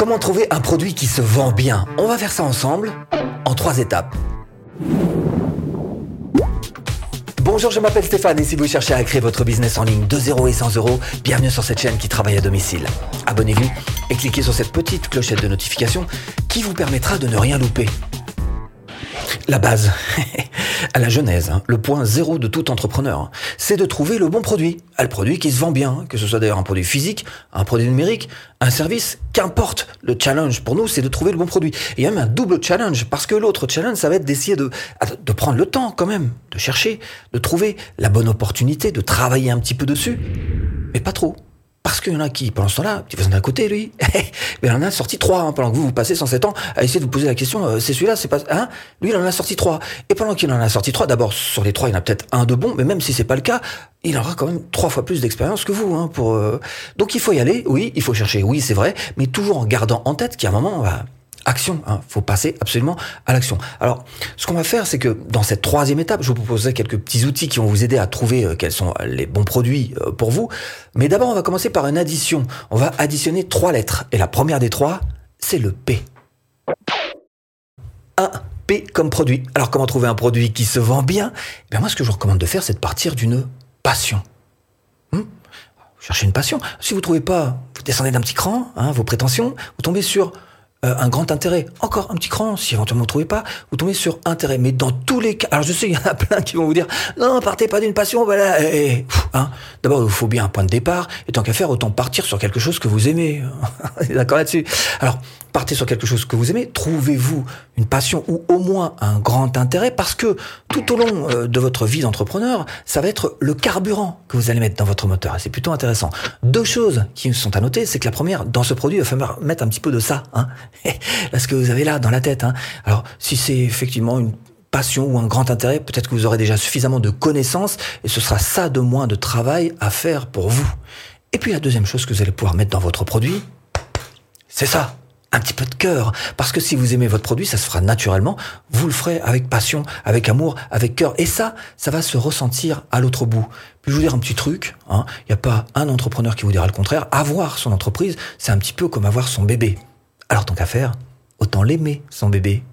Comment trouver un produit qui se vend bien? On va faire ça ensemble en 3 étapes. Bonjour, je m'appelle Stéphane et si vous cherchez à créer votre business en ligne de 0 et 100 euros, bienvenue sur cette chaîne qui travaille à domicile. Abonnez-vous et cliquez sur cette petite clochette de notification qui vous permettra de ne rien louper. La base, à la genèse, le point zéro de tout entrepreneur, c'est de trouver le bon produit. Le produit qui se vend bien, que ce soit d'ailleurs un produit physique, un produit numérique, un service, qu'importe. Le challenge pour nous, c'est de trouver le bon produit. Et il y a même un double challenge, parce que l'autre challenge, ça va être d'essayer de prendre le temps quand même, de chercher, de trouver la bonne opportunité, de travailler un petit peu dessus, mais pas trop. Parce qu'il y en a qui, pendant ce temps-là, qui faisant d'un côté, lui, mais il en a sorti 3, pendant que vous passez 107 ans à essayer de vous poser la question, c'est celui-là, c'est pas, lui, il en a sorti 3. Et pendant qu'il en a sorti 3, d'abord, sur les 3, il y en a peut-être un de bon, mais même si c'est pas le cas, il aura quand même 3 fois plus d'expérience que vous, donc il faut y aller, oui, il faut chercher, oui, c'est vrai, mais toujours en gardant en tête qu'à un moment, action, faut passer absolument à l'action. Alors, ce qu'on va faire, c'est que dans cette 3e étape, je vous proposerai quelques petits outils qui vont vous aider à trouver quels sont les bons produits pour vous. Mais d'abord, on va commencer par une addition. On va additionner 3 lettres. Et la première des 3, c'est le P. Un P comme produit. Alors, comment trouver un produit qui se vend bien? Moi, ce que je vous recommande de faire, c'est de partir d'une passion. Vous cherchez une passion. Si vous ne trouvez pas, vous descendez d'un petit cran, vos prétentions, vous tombez sur un grand intérêt, encore un petit cran, si éventuellement vous ne trouvez pas, vous tombez sur intérêt. Mais dans tous les cas, alors je sais, il y en a plein qui vont vous dire, non, partez pas d'une passion, voilà, D'abord, il faut bien un point de départ, et tant qu'à faire, autant partir sur quelque chose que vous aimez. On est d'accord là-dessus? Alors, partez sur quelque chose que vous aimez, trouvez-vous une passion ou au moins un grand intérêt, parce que tout au long de votre vie d'entrepreneur, ça va être le carburant que vous allez mettre dans votre moteur. Et c'est plutôt intéressant. 2 choses qui sont à noter, c'est que la première, dans ce produit, il va falloir mettre un petit peu de ça, parce que vous avez là dans la tête. Alors, si c'est effectivement une passion ou un grand intérêt, peut-être que vous aurez déjà suffisamment de connaissances et ce sera ça de moins de travail à faire pour vous. Et puis la deuxième chose que vous allez pouvoir mettre dans votre produit, c'est ça, un petit peu de cœur. Parce que si vous aimez votre produit, ça se fera naturellement. Vous le ferez avec passion, avec amour, avec cœur. Et ça va se ressentir à l'autre bout. Puis je vous dire un petit truc, il n'y a pas un entrepreneur qui vous dira le contraire. Avoir son entreprise, c'est un petit peu comme avoir son bébé. Alors tant qu'à faire, autant l'aimer, son bébé.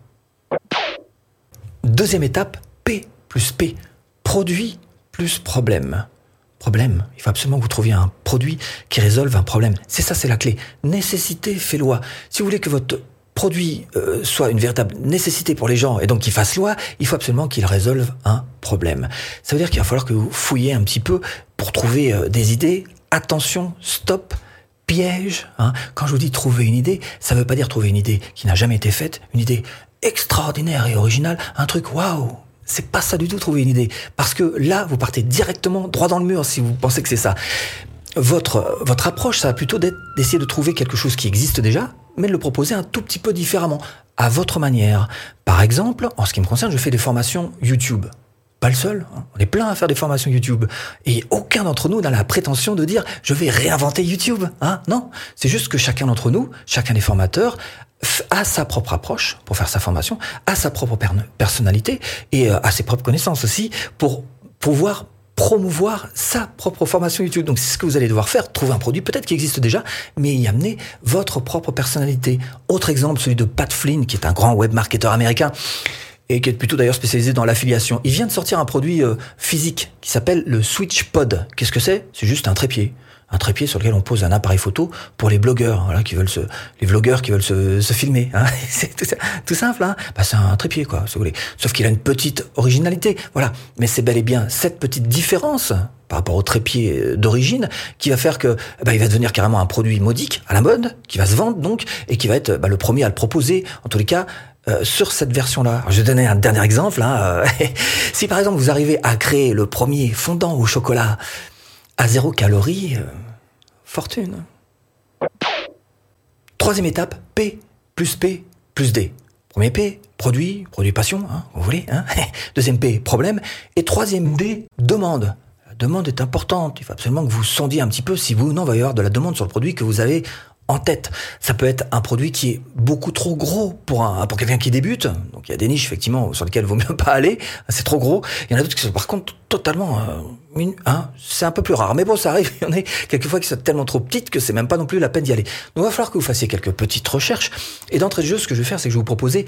2e étape, P plus P. Produit plus problème. Problème, il faut absolument que vous trouviez un produit qui résolve un problème. C'est ça, c'est la clé. Nécessité fait loi. Si vous voulez que votre produit soit une véritable nécessité pour les gens et donc qu'il fasse loi, il faut absolument qu'il résolve un problème. Ça veut dire qu'il va falloir que vous fouillez un petit peu pour trouver des idées. Attention, stop, piège. Quand je vous dis trouver une idée, ça ne veut pas dire trouver une idée qui n'a jamais été faite, une idée extraordinaire et originale, un truc waouh. C'est pas ça du tout, trouver une idée. Parce que là, vous partez directement droit dans le mur si vous pensez que c'est ça. Votre approche, ça va plutôt d'essayer de trouver quelque chose qui existe déjà, mais de le proposer un tout petit peu différemment, à votre manière. Par exemple, en ce qui me concerne, je fais des formations YouTube. Pas le seul, on est plein à faire des formations YouTube. Et aucun d'entre nous n'a la prétention de dire « je vais réinventer YouTube ». Non, c'est juste que chacun d'entre nous, chacun des formateurs, a sa propre approche pour faire sa formation, a sa propre personnalité et a ses propres connaissances aussi pour pouvoir promouvoir sa propre formation YouTube. Donc c'est ce que vous allez devoir faire, trouver un produit peut-être qui existe déjà, mais y amener votre propre personnalité. Autre exemple, celui de Pat Flynn, qui est un grand webmarketeur américain, et qui est plutôt d'ailleurs spécialisé dans l'affiliation. Il vient de sortir un produit physique qui s'appelle le Switch Pod. Qu'est-ce que c'est? C'est juste un trépied. Un trépied sur lequel on pose un appareil photo pour les blogueurs, les vlogueurs qui veulent se filmer. C'est tout simple, c'est un trépied, quoi, si vous voulez. Sauf qu'il a une petite originalité, voilà. Mais c'est bel et bien cette petite différence par rapport au trépied d'origine qui va faire que, il va devenir carrément un produit modique, à la mode, qui va se vendre donc, et qui va être le premier à le proposer, en tous les cas, sur cette version-là. Alors, je vais donner un dernier exemple. Si par exemple vous arrivez à créer le premier fondant au chocolat à 0 calories, fortune. 3e étape, P plus D. Premier P, produit passion, vous voulez. 2e P, problème. Et 3e D, demande. La demande est importante. Il faut absolument que vous sondiez un petit peu si vous ou non va y avoir de la demande sur le produit que vous avez en tête. Ça peut être un produit qui est beaucoup trop gros pour quelqu'un qui débute. Donc il y a des niches effectivement sur lesquelles il vaut mieux pas aller. C'est trop gros. Il y en a d'autres qui sont par contre totalement, c'est un peu plus rare. Mais bon, ça arrive. Il y en a quelquefois qui sont tellement trop petites que c'est même pas non plus la peine d'y aller. Donc il va falloir que vous fassiez quelques petites recherches. Et d'entrée de jeu, ce que je vais faire, c'est que je vais vous proposer,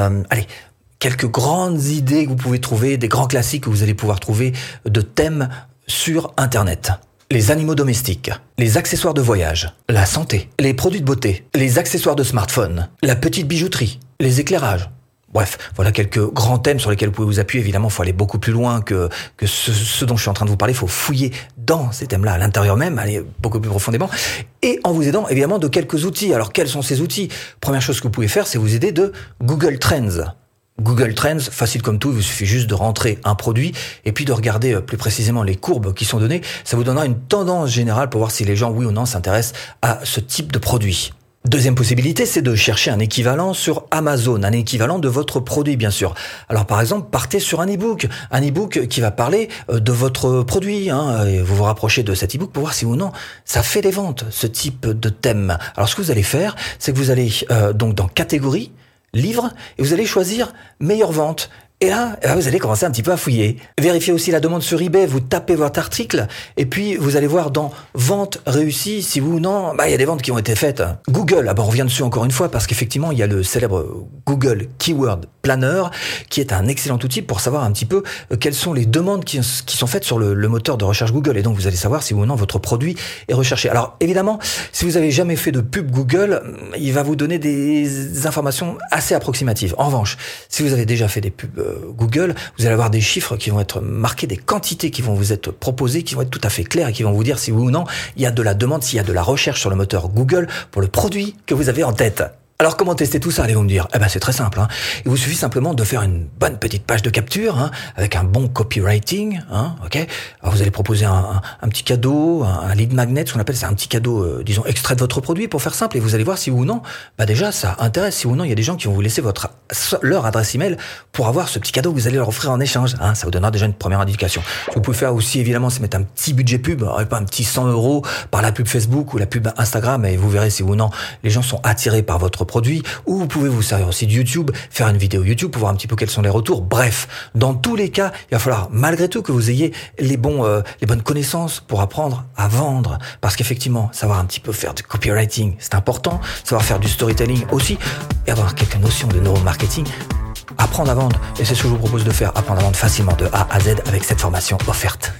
quelques grandes idées que vous pouvez trouver, des grands classiques que vous allez pouvoir trouver de thèmes sur Internet. Les animaux domestiques, les accessoires de voyage, la santé, les produits de beauté, les accessoires de smartphone, la petite bijouterie, les éclairages. Bref, voilà quelques grands thèmes sur lesquels vous pouvez vous appuyer. Évidemment, il faut aller beaucoup plus loin que ce dont je suis en train de vous parler. Il faut fouiller dans ces thèmes-là, à l'intérieur même, aller beaucoup plus profondément. Et en vous aidant, évidemment, de quelques outils. Alors, quels sont ces outils ? Première chose que vous pouvez faire, c'est vous aider de Google Trends. Google Trends, facile comme tout, il vous suffit juste de rentrer un produit et puis de regarder plus précisément les courbes qui sont données. Ça vous donnera une tendance générale pour voir si les gens, oui ou non, s'intéressent à ce type de produit. Deuxième possibilité, c'est de chercher un équivalent sur Amazon, un équivalent de votre produit, bien sûr. Alors, par exemple, partez sur un e-book qui va parler de votre produit, et vous vous rapprochez de cet e-book pour voir si ou non ça fait des ventes, ce type de thème. Alors, ce que vous allez faire, c'est que vous allez donc dans catégorie, livre, et vous allez choisir meilleure vente. Et là, vous allez commencer un petit peu à fouiller. Vérifiez aussi la demande sur eBay, vous tapez votre article, et puis vous allez voir dans vente réussie, si oui ou non, il y a des ventes qui ont été faites. Google, on revient dessus encore une fois, parce qu'effectivement, il y a le célèbre Google Keyword Planner, qui est un excellent outil pour savoir un petit peu quelles sont les demandes qui sont faites sur le moteur de recherche Google, et donc vous allez savoir si oui ou non votre produit est recherché. Alors évidemment, si vous avez jamais fait de pub Google, il va vous donner des informations assez approximatives. En revanche, si vous avez déjà fait des pubs Google, vous allez avoir des chiffres qui vont être marqués, des quantités qui vont vous être proposées, qui vont être tout à fait claires et qui vont vous dire si oui ou non il y a de la demande, s'il y a de la recherche sur le moteur Google pour le produit que vous avez en tête. Alors comment tester tout ça, allez-vous me dire ? C'est très simple. Il vous suffit simplement de faire une bonne petite page de capture avec un bon copywriting. Ok. Alors vous allez proposer un petit cadeau, un lead magnet, ce qu'on appelle, c'est un petit cadeau, disons extrait de votre produit pour faire simple, et vous allez voir si oui ou non, déjà ça intéresse, si oui ou non il y a des gens qui vont vous laisser leur adresse email pour avoir ce petit cadeau que vous allez leur offrir en échange. Ça vous donnera déjà une première indication. Ce que vous pouvez faire aussi évidemment, c'est mettre un petit budget pub, pas un petit 100 € par la pub Facebook ou la pub Instagram, et vous verrez si oui ou non les gens sont attirés par votre produit. Ou vous pouvez vous servir aussi de YouTube, faire une vidéo YouTube pour voir un petit peu quels sont les retours. Bref, dans tous les cas, il va falloir malgré tout que vous ayez les bonnes connaissances pour apprendre à vendre, parce qu'effectivement, savoir un petit peu faire du copywriting, c'est important, savoir faire du storytelling aussi, et avoir quelques notions de neuromarketing. Apprendre à vendre, et c'est ce que je vous propose de faire, apprendre à vendre facilement de A à Z avec cette formation offerte.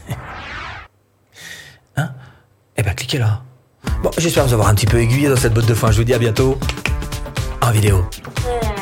Cliquez là. Bon, j'espère vous avoir un petit peu aiguillé dans cette botte de foin. Je vous dis à bientôt en vidéo.